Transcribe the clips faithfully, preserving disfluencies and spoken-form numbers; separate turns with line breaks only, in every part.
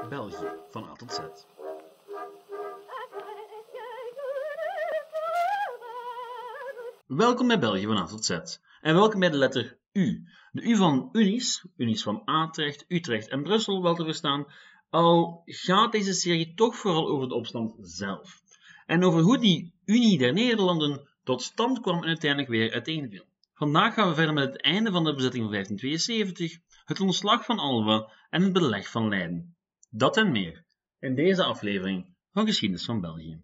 België, van A tot Z. Welkom bij België van A tot Z. En welkom bij de letter U. De U van Unies, Unies van Atrecht, Utrecht en Brussel wel te verstaan, al gaat deze serie toch vooral over de opstand zelf. En over hoe die Unie der Nederlanden tot stand kwam en uiteindelijk weer uiteenviel. Vandaag gaan we verder met het einde van de bezetting van vijftien tweeënzeventig, het ontslag van Alva en het beleg van Leiden. Dat en meer in deze aflevering van Geschiedenis van België.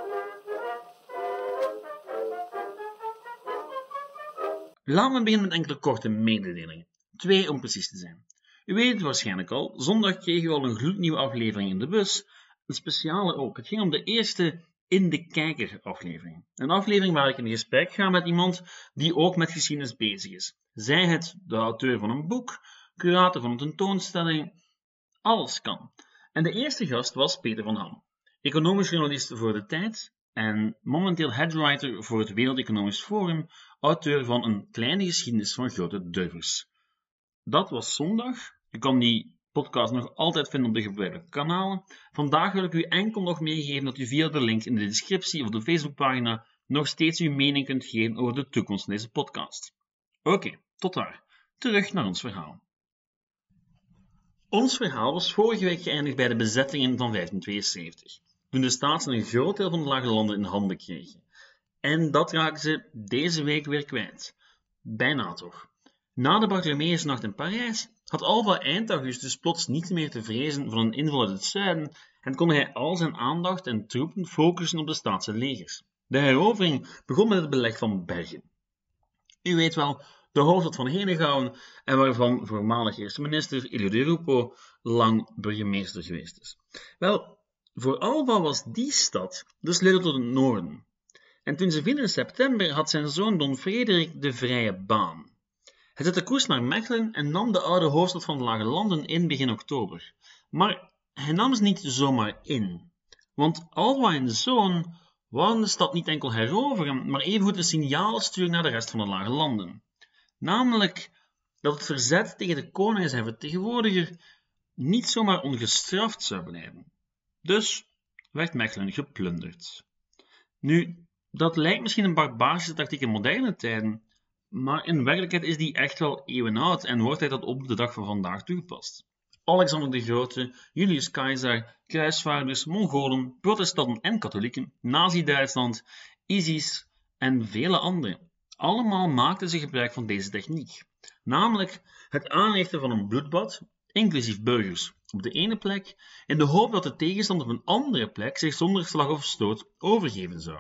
Laten we beginnen met enkele korte mededelingen. Twee om precies te zijn. U weet het waarschijnlijk al, zondag kregen we al een gloednieuwe aflevering in de bus. Een speciale ook. Het ging om de eerste In de Kijker aflevering. Een aflevering waar ik in gesprek ga met iemand die ook met geschiedenis bezig is. Zij het de auteur van een boek, curator van een tentoonstelling, alles kan. En de eerste gast was Peter van Ham, economisch journalist voor De Tijd en momenteel headwriter voor het Wereld Economisch Forum, auteur van Een kleine geschiedenis van grote durvers. Dat was zondag. U kan die podcast nog altijd vinden op de gebruikelijke kanalen. Vandaag wil ik u enkel nog meegeven dat u via de link in de descriptie of de Facebookpagina nog steeds uw mening kunt geven over de toekomst van deze podcast. Oké, okay, tot daar. Terug naar ons verhaal. Ons verhaal was vorige week geëindigd bij de bezettingen van vijftien tweeënzeventig, toen de Staatsen een groot deel van de Lage Landen in handen kregen. En dat raken ze deze week weer kwijt. Bijna toch. Na de Bartholomeusnacht in Parijs had Alva eind augustus plots niet meer te vrezen van een inval uit het zuiden en kon hij al zijn aandacht en troepen focussen op de Staatse legers. De herovering begon met het beleg van Bergen. U weet wel, de hoofdstad van Henegouwen en waarvan voormalig eerste minister Elio de Rupo lang burgemeester geweest is. Wel, voor Alva was die stad de sleutel tot het noorden. En toen ze viel in september had zijn zoon Don Frederik de vrije baan. Hij zette koers naar Mechelen en nam de oude hoofdstad van de Lage Landen in begin oktober. Maar hij nam ze niet zomaar in. Want Alva en de zoon wouden de stad niet enkel heroveren, maar evengoed een signaal sturen naar de rest van de Lage Landen. Namelijk dat het verzet tegen de koning en zijn vertegenwoordiger niet zomaar ongestraft zou blijven. Dus werd Mechelen geplunderd. Nu, dat lijkt misschien een barbarische tactiek in moderne tijden, maar in werkelijkheid is die echt wel eeuwenoud en wordt hij tot op de dag van vandaag toegepast. Alexander de Grote, Julius Caesar, kruisvaarders, Mongolen, protestanten en katholieken, Nazi-Duitsland, ISIS en vele anderen. Allemaal maakten ze gebruik van deze techniek, namelijk het aanrichten van een bloedbad, inclusief burgers, op de ene plek, in de hoop dat de tegenstander op een andere plek zich zonder slag of stoot overgeven zou.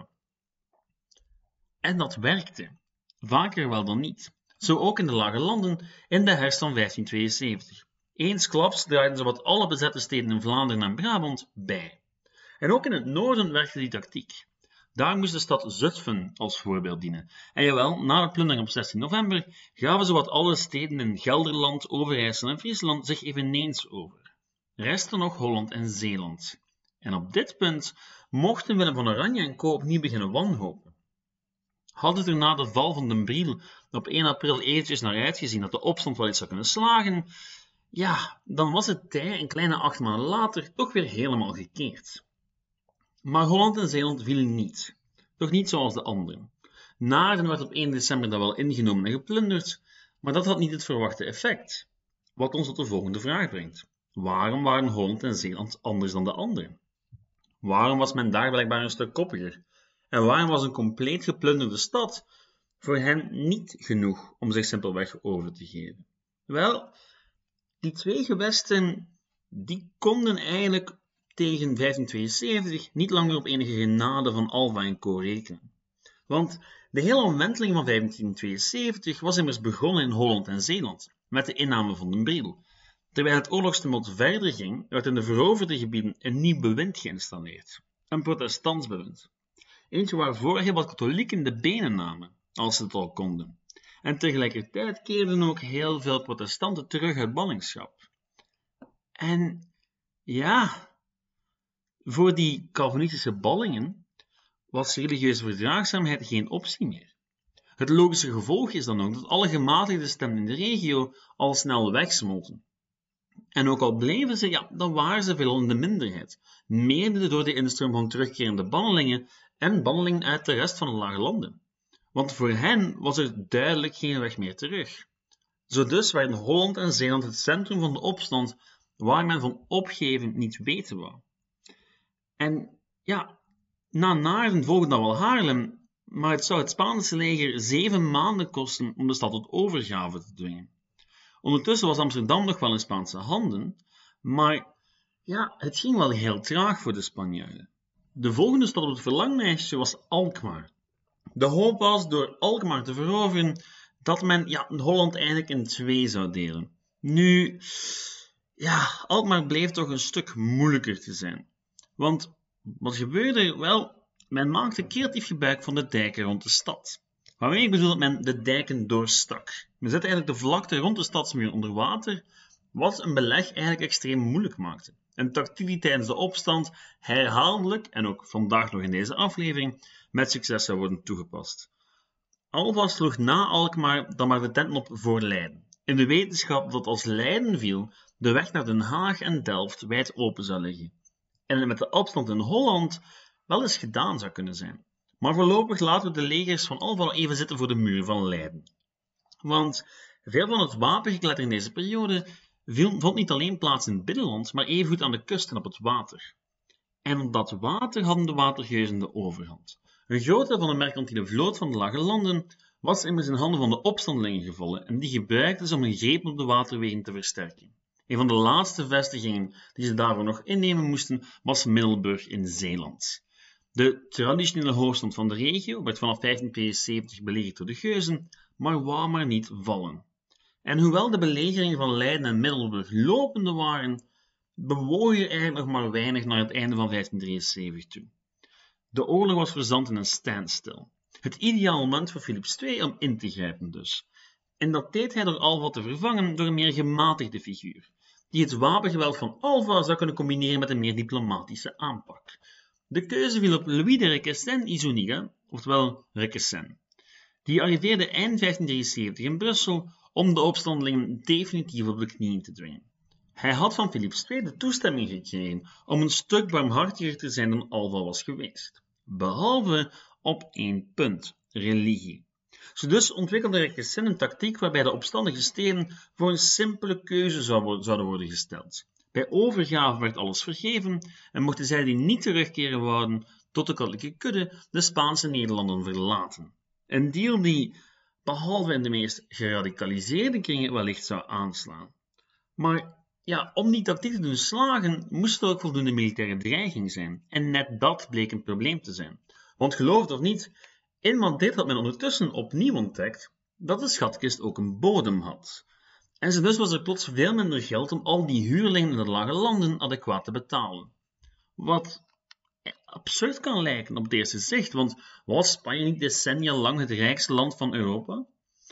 En dat werkte. Vaker wel dan niet. Zo ook in de Lage Landen in de herfst van vijftien tweeënzeventig. Eensklaps draaiden zowat alle bezette steden in Vlaanderen en Brabant bij. En ook in het noorden werkte die tactiek. Daar moest de stad Zutphen als voorbeeld dienen. En jawel, na de plundering op zestien november gaven zowat alle steden in Gelderland, Overijssel en Friesland zich eveneens over. Restte nog Holland en Zeeland. En op dit punt mochten Willem van Oranje en co. opnieuw beginnen wanhopen. Had het er na de val van Den Briel op één april eventjes naar uitgezien dat de opstand wel iets zou kunnen slagen, ja, dan was het tij een kleine acht maanden later toch weer helemaal gekeerd. Maar Holland en Zeeland vielen niet. Toch niet zoals de anderen. Naarden werd op één december dan wel ingenomen en geplunderd, maar dat had niet het verwachte effect. Wat ons tot de volgende vraag brengt. Waarom waren Holland en Zeeland anders dan de anderen? Waarom was men daar blijkbaar een stuk koppiger? En waarom was een compleet geplunderde stad voor hen niet genoeg om zich simpelweg over te geven? Wel, die twee gewesten die konden eigenlijk tegen vijftien tweeënzeventig niet langer op enige genade van Alva en co. rekenen. Want de hele omwenteling van vijftien tweeënzeventig was immers begonnen in Holland en Zeeland, met de inname van Den Briel. Terwijl het oorlogstumult verder ging, werd in de veroverde gebieden een nieuw bewind geïnstalleerd. Een protestants bewind. Eentje waarvoor heel wat katholieken de benen namen, als ze het al konden. En tegelijkertijd keerden ook heel veel protestanten terug uit ballingschap. En ja, voor die Calvinistische ballingen was religieuze verdraagzaamheid geen optie meer. Het logische gevolg is dan ook dat alle gematigde stemmen in de regio al snel wegsmolten. En ook al bleven ze, ja, dan waren ze veel in de minderheid, mede door de instroom van terugkerende bannelingen en bannelingen uit de rest van de lage landen. Want voor hen was er duidelijk geen weg meer terug. Zo dus werden Holland en Zeeland het centrum van de opstand, waar men van opgeven niet weten wou. En ja, na Naarden volgde dan wel Haarlem, maar het zou het Spaanse leger zeven maanden kosten om de stad tot overgave te dwingen. Ondertussen was Amsterdam nog wel in Spaanse handen, maar ja, het ging wel heel traag voor de Spanjaarden. De volgende stad op het verlanglijstje was Alkmaar. De hoop was door Alkmaar te veroveren dat men ja, Holland eigenlijk in twee zou delen. Nu, ja, Alkmaar bleef toch een stuk moeilijker te zijn. Want wat gebeurde er? Wel, men maakte creatief gebruik van de dijken rond de stad. Waarmee ik bedoel dat men de dijken doorstak. Men zette eigenlijk de vlakte rond de stadsmuur onder water, wat een beleg eigenlijk extreem moeilijk maakte. Een tactiek die tijdens de opstand herhaaldelijk, en ook vandaag nog in deze aflevering, met succes zou worden toegepast. Alva sloeg na Alkmaar dan maar de tent op voor Leiden, in de wetenschap dat als Leiden viel, de weg naar Den Haag en Delft wijd open zou liggen. En het met de opstand in Holland wel eens gedaan zou kunnen zijn. Maar voorlopig laten we de legers van Alva even zitten voor de muur van Leiden. Want veel van het wapengekletter in deze periode vond niet alleen plaats in het binnenland, maar evengoed aan de kust en op het water. En op dat water hadden de watergeuzen de overhand. Een groot deel van de mercantiele vloot van de lage landen was immers in handen van de opstandelingen gevallen en die gebruikten ze om hun greep op de waterwegen te versterken. Een van de laatste vestigingen die ze daarvoor nog innemen moesten was Middelburg in Zeeland. De traditionele hoofdstad van de regio werd vanaf vijftien tweeënzeventig belegerd door de Geuzen, maar wou maar niet vallen. En hoewel de belegeringen van Leiden en Middelburg lopende waren, bewoog er eigenlijk nog maar weinig naar het einde van vijftien drieënzeventig toe. De oorlog was verzand in een standstill. Het ideaal moment voor Philips de Tweede om in te grijpen dus. En dat deed hij door Alva te vervangen door een meer gematigde figuur, die het wapengeweld van Alva zou kunnen combineren met een meer diplomatische aanpak. De keuze viel op Louis de Requesens y Zúñiga, oftewel Requesens. Die arriveerde eind vijftien drieënzeventig in Brussel om de opstandelingen definitief op de knieën te dwingen. Hij had van Philips de Tweede de toestemming gekregen om een stuk barmhartiger te zijn dan Alva was geweest. Behalve op één punt, religie. Zo dus ontwikkelde Requesens een tactiek waarbij de opstandige steden voor een simpele keuze zouden worden gesteld. Bij overgave werd alles vergeven en mochten zij die niet terugkeren wouden tot de katholieke kudde de Spaanse Nederlanden verlaten. Een deal die, behalve in de meest geradicaliseerde kringen, wellicht zou aanslaan. Maar ja, om die tactiek te doen slagen, moest er ook voldoende militaire dreiging zijn. En net dat bleek een probleem te zijn. Want geloof het of niet, in Madrid had men ondertussen opnieuw ontdekt dat de schatkist ook een bodem had. En zo dus was er plots veel minder geld om al die huurlingen in de lage landen adequaat te betalen. Wat absurd kan lijken op het eerste zicht, want was Spanje niet decennia lang het rijkste land van Europa?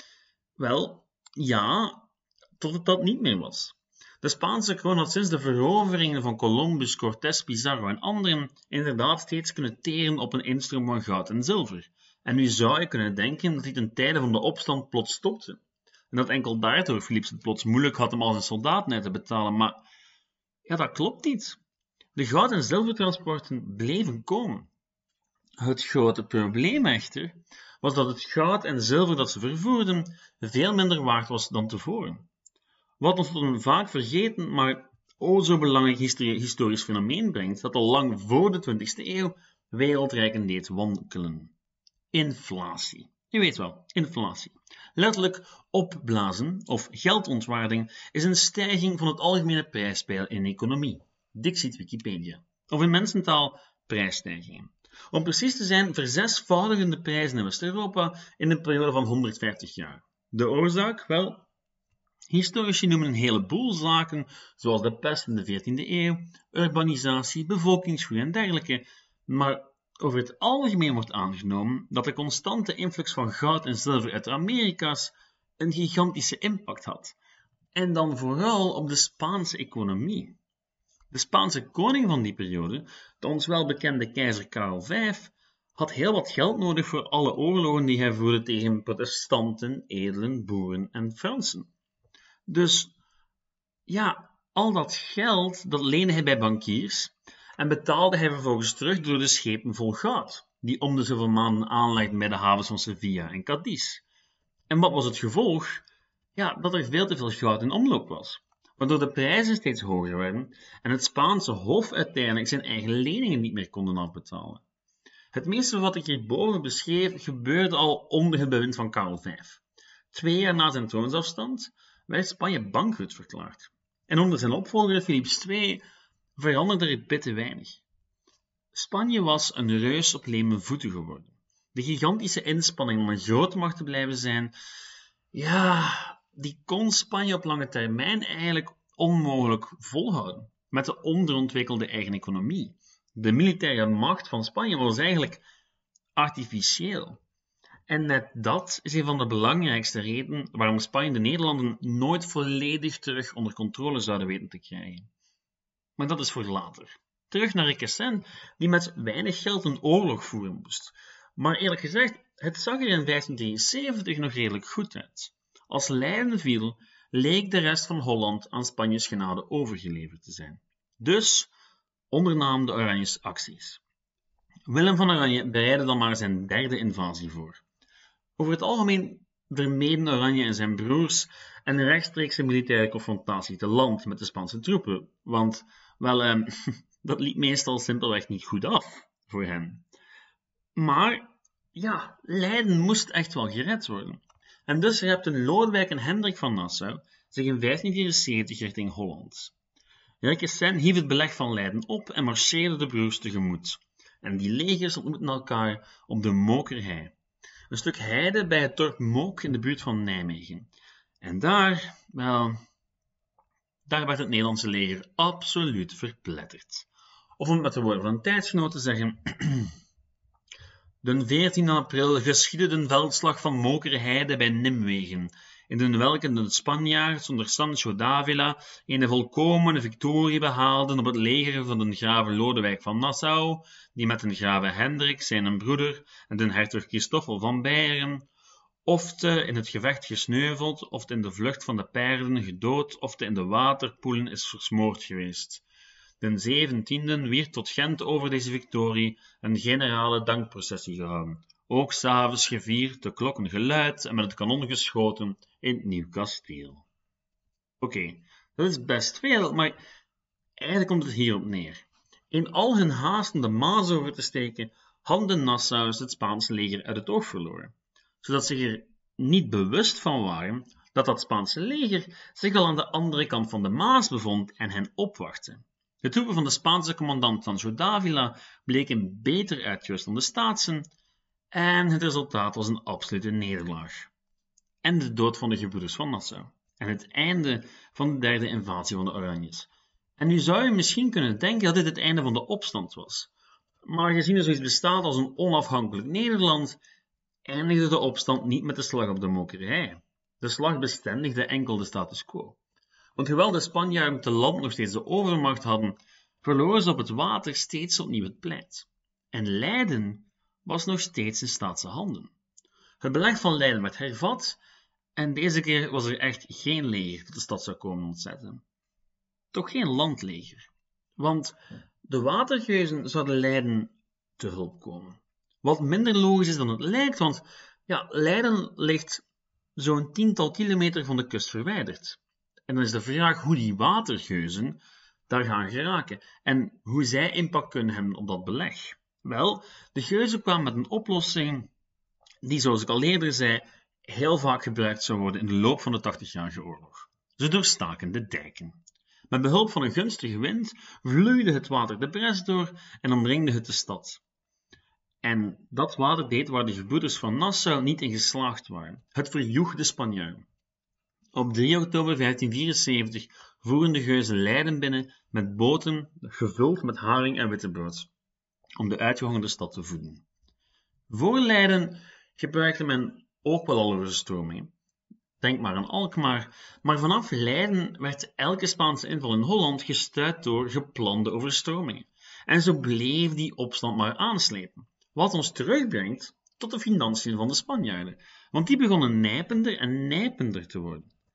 Wel, ja, tot het dat niet meer was. De Spaanse kroon had sinds de veroveringen van Columbus, Cortés, Pizarro en anderen inderdaad steeds kunnen teren op een instroom van goud en zilver. En nu zou je kunnen denken dat die ten tijde van de opstand plots stopte. En dat enkel daardoor Philips het plots moeilijk had om al zijn soldaten uit te betalen, maar ja, dat klopt niet. De goud- en zilvertransporten bleven komen. Het grote probleem echter was dat het goud en zilver dat ze vervoerden veel minder waard was dan tevoren. Wat ons tot een vaak vergeten, maar o zo belangrijk historisch fenomeen brengt, dat al lang voor de twintigste eeuw wereldrijken deed wankelen. Inflatie. Je weet wel, inflatie. Letterlijk opblazen of geldontwaarding is een stijging van het algemene prijspeil in economie. Dixit Wikipedia. Of in mensentaal prijsstijgingen. Om precies te zijn, verzesvoudigen de prijzen in West-Europa in een periode van honderdvijftig jaar. De oorzaak? Wel, historici noemen een heleboel zaken, zoals de pest in de veertiende eeuw, urbanisatie, bevolkingsgroei en dergelijke, maar over het algemeen wordt aangenomen dat de constante influx van goud en zilver uit de Amerika's een gigantische impact had. En dan vooral op de Spaanse economie. De Spaanse koning van die periode, de ons wel bekende keizer Karel vijf, had heel wat geld nodig voor alle oorlogen die hij voerde tegen protestanten, edelen, boeren en Fransen. Dus ja, Al dat geld dat leende hij bij bankiers en betaalde hij vervolgens terug door de schepen vol goud, die om de zoveel maanden aanlegden bij de havens van Sevilla en Cadiz. En wat was het gevolg? Ja, dat er veel te veel goud in omloop was, waardoor de prijzen steeds hoger werden en het Spaanse hof uiteindelijk zijn eigen leningen niet meer konden afbetalen. Het meeste van wat ik hierboven beschreef gebeurde al onder het bewind van Karel vijf. Twee jaar na zijn troonsafstand werd Spanje bankroet verklaard. En onder zijn opvolger Philips de Tweede veranderde er bitter weinig. Spanje was een reus op leme voeten geworden. De gigantische inspanning om een grote macht te blijven zijn, ja, die kon Spanje op lange termijn eigenlijk onmogelijk volhouden, met de onderontwikkelde eigen economie. De militaire macht van Spanje was eigenlijk artificieel. En net dat is een van de belangrijkste redenen waarom Spanje de Nederlanden nooit volledig terug onder controle zouden weten te krijgen. Maar dat is voor later. Terug naar Requesens, die met weinig geld een oorlog voeren moest. Maar eerlijk gezegd, het zag er in vijftien drieënzeventig nog redelijk goed uit. Als Leiden viel, leek de rest van Holland aan Spanjes genade overgeleverd te zijn. Dus ondernamen de Oranjes acties. Willem van Oranje bereidde dan maar zijn derde invasie voor. Over het algemeen vermeden Oranje en zijn broers een rechtstreekse militaire confrontatie te land met de Spaanse troepen, want, wel, eh, dat liep meestal simpelweg niet goed af voor hen. Maar, ja, Leiden moest echt wel gered worden. En dus repten Lodewijk en Hendrik van Nassau zich in vijftien vierenzeventig richting Holland. Requesens hief het beleg van Leiden op en marcheerde de broers tegemoet. En die legers ontmoetten elkaar op de Mokerhei, een stuk heide bij het dorp Mook in de buurt van Nijmegen. En daar, wel, daar werd het Nederlandse leger absoluut verpletterd. Of om het met de woorden van een tijdsgenoot te zeggen, de veertiende april geschiedde de veldslag van Mokerheide bij Nimwegen, in welke de Spanjaards onder Sancho d'Avila een volkomene victorie behaalden op het leger van de grave Lodewijk van Nassau, die met de grave Hendrik, zijn broeder, en de hertog Christoffel van Beieren, ofte in het gevecht gesneuveld, ofte in de vlucht van de paarden gedood, ofte in de waterpoelen is versmoord geweest. Den zeventiende werd tot Gent over deze victorie een generale dankprocessie gehouden. Ook 's avonds gevierd, de klokken geluid en met het kanon geschoten in het Nieuw Kasteel. Oké, okay, dat is best veel, maar eigenlijk komt het hierop neer. In al hun haasten de Maas over te steken, hadden de Nassau's het Spaanse leger uit het oog verloren, zodat ze er niet bewust van waren dat dat Spaanse leger zich al aan de andere kant van de Maas bevond en hen opwachtte. De troepen van de Spaanse commandant Sancho d'Avila bleken beter uitgerust dan de Staatsen, en het resultaat was een absolute nederlaag. En de dood van de gebroeders van Nassau. En het einde van de derde invasie van de Oranjes. En nu zou je misschien kunnen denken dat dit het einde van de opstand was. Maar gezien er zoiets bestaat als een onafhankelijk Nederland, eindigde de opstand niet met de slag op de Mokerhei. De slag bestendigde enkel de status quo. Want hoewel de Spanjaarden te land nog steeds de overmacht hadden, verloren ze op het water steeds opnieuw het pleit. En Leiden was nog steeds in Staatse handen. Het beleg van Leiden werd hervat en deze keer was er echt geen leger dat de stad zou komen ontzetten. Toch geen landleger, want de watergeuzen zouden Leiden te hulp komen. Wat minder logisch is dan het lijkt, want ja, Leiden ligt zo'n tiental kilometer van de kust verwijderd. En dan is de vraag hoe die watergeuzen daar gaan geraken en hoe zij impact kunnen hebben op dat beleg. Wel, de geuzen kwamen met een oplossing die, zoals ik al eerder zei, heel vaak gebruikt zou worden in de loop van de tachtigjarige oorlog. Ze doorstaken de dijken. Met behulp van een gunstige wind vloeide het water de bres door en omringde het de stad. En dat water deed waar de gebroeders van Nassau niet in geslaagd waren. Het verjoeg de Spanjaarden. Op drie oktober vijftien vierenzeventig voeren de geuzen Leiden binnen met boten gevuld met haring en wittebrood, om de uitgehongerde stad te voeden. Voor Leiden gebruikte men ook wel al overstromingen. Denk maar aan Alkmaar, maar vanaf Leiden werd elke Spaanse inval in Holland gestuit door geplande overstromingen. En zo bleef die opstand maar aanslepen, wat ons terugbrengt tot de financiën van de Spanjaarden, want die begonnen nijpender en nijpender te worden.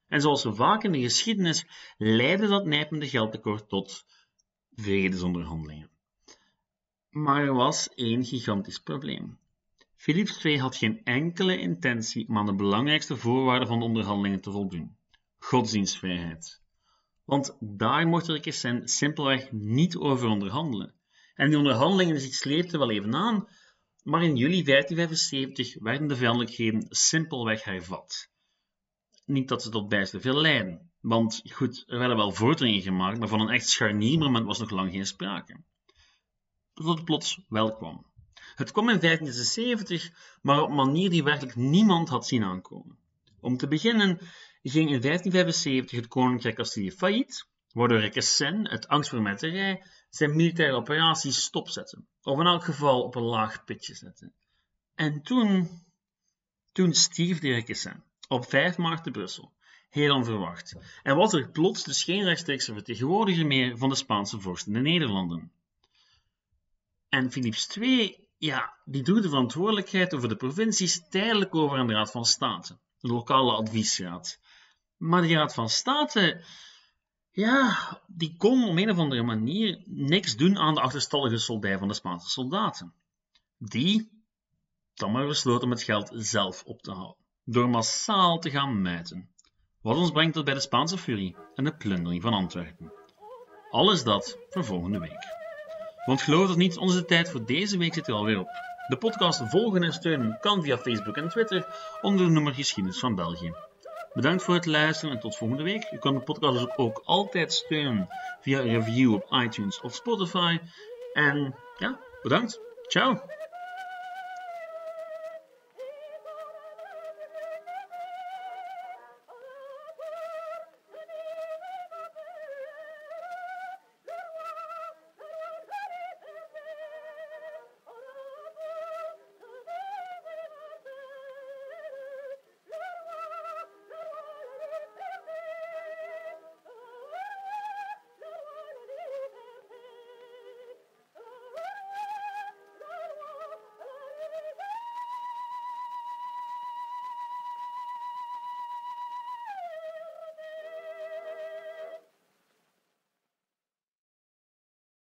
En zoals zo vaak in de geschiedenis leidde dat nijpende geldtekort tot vredesonderhandelingen. Maar er was één gigantisch probleem. Philips de Tweede had geen enkele intentie om aan de belangrijkste voorwaarde van de onderhandelingen te voldoen: godsdienstvrijheid. Want daar mocht de regent simpelweg niet over onderhandelen. En die onderhandelingen sleepten wel even aan, maar in juli vijftien vijfenzeventig werden de vijandelijkheden simpelweg hervat. Niet dat ze tot bijster veel leidden, want goed, er werden wel vorderingen gemaakt, maar van een echt scharniermoment was nog lang geen sprake. Tot het plots wel kwam. Het kwam in vijftien zesenzeventig, maar op een manier die werkelijk niemand had zien aankomen. Om te beginnen ging in vijftien vijfenzeventig het koninkrijk Castilië failliet, waardoor Requesens, uit angst voor metterij, zijn militaire operaties stopzette, of in elk geval op een laag pitje zette. En toen, toen stierf de Requesens, op vijf maart te Brussel, heel onverwacht, en was er plots dus geen rechtstreekse vertegenwoordiger meer van de Spaanse vorst in de Nederlanden. En Philips de Tweede, ja, die droeg de verantwoordelijkheid over de provincies tijdelijk over aan de Raad van State, de lokale adviesraad. Maar die Raad van State, ja, die kon op een of andere manier niks doen aan de achterstallige soldij van de Spaanse soldaten. Die dan maar besloten om het geld zelf op te halen, door massaal te gaan muiten. Wat ons brengt tot bij de Spaanse furie en de plundering van Antwerpen. Alles dat voor volgende week. Want geloof het niet, onze tijd voor deze week zit er alweer op. De podcast volgen en steunen kan via Facebook en Twitter onder de noemer Geschiedenis van België. Bedankt voor het luisteren en tot volgende week. U kan de podcast dus ook altijd steunen via een review op iTunes of Spotify. En ja, bedankt. Ciao.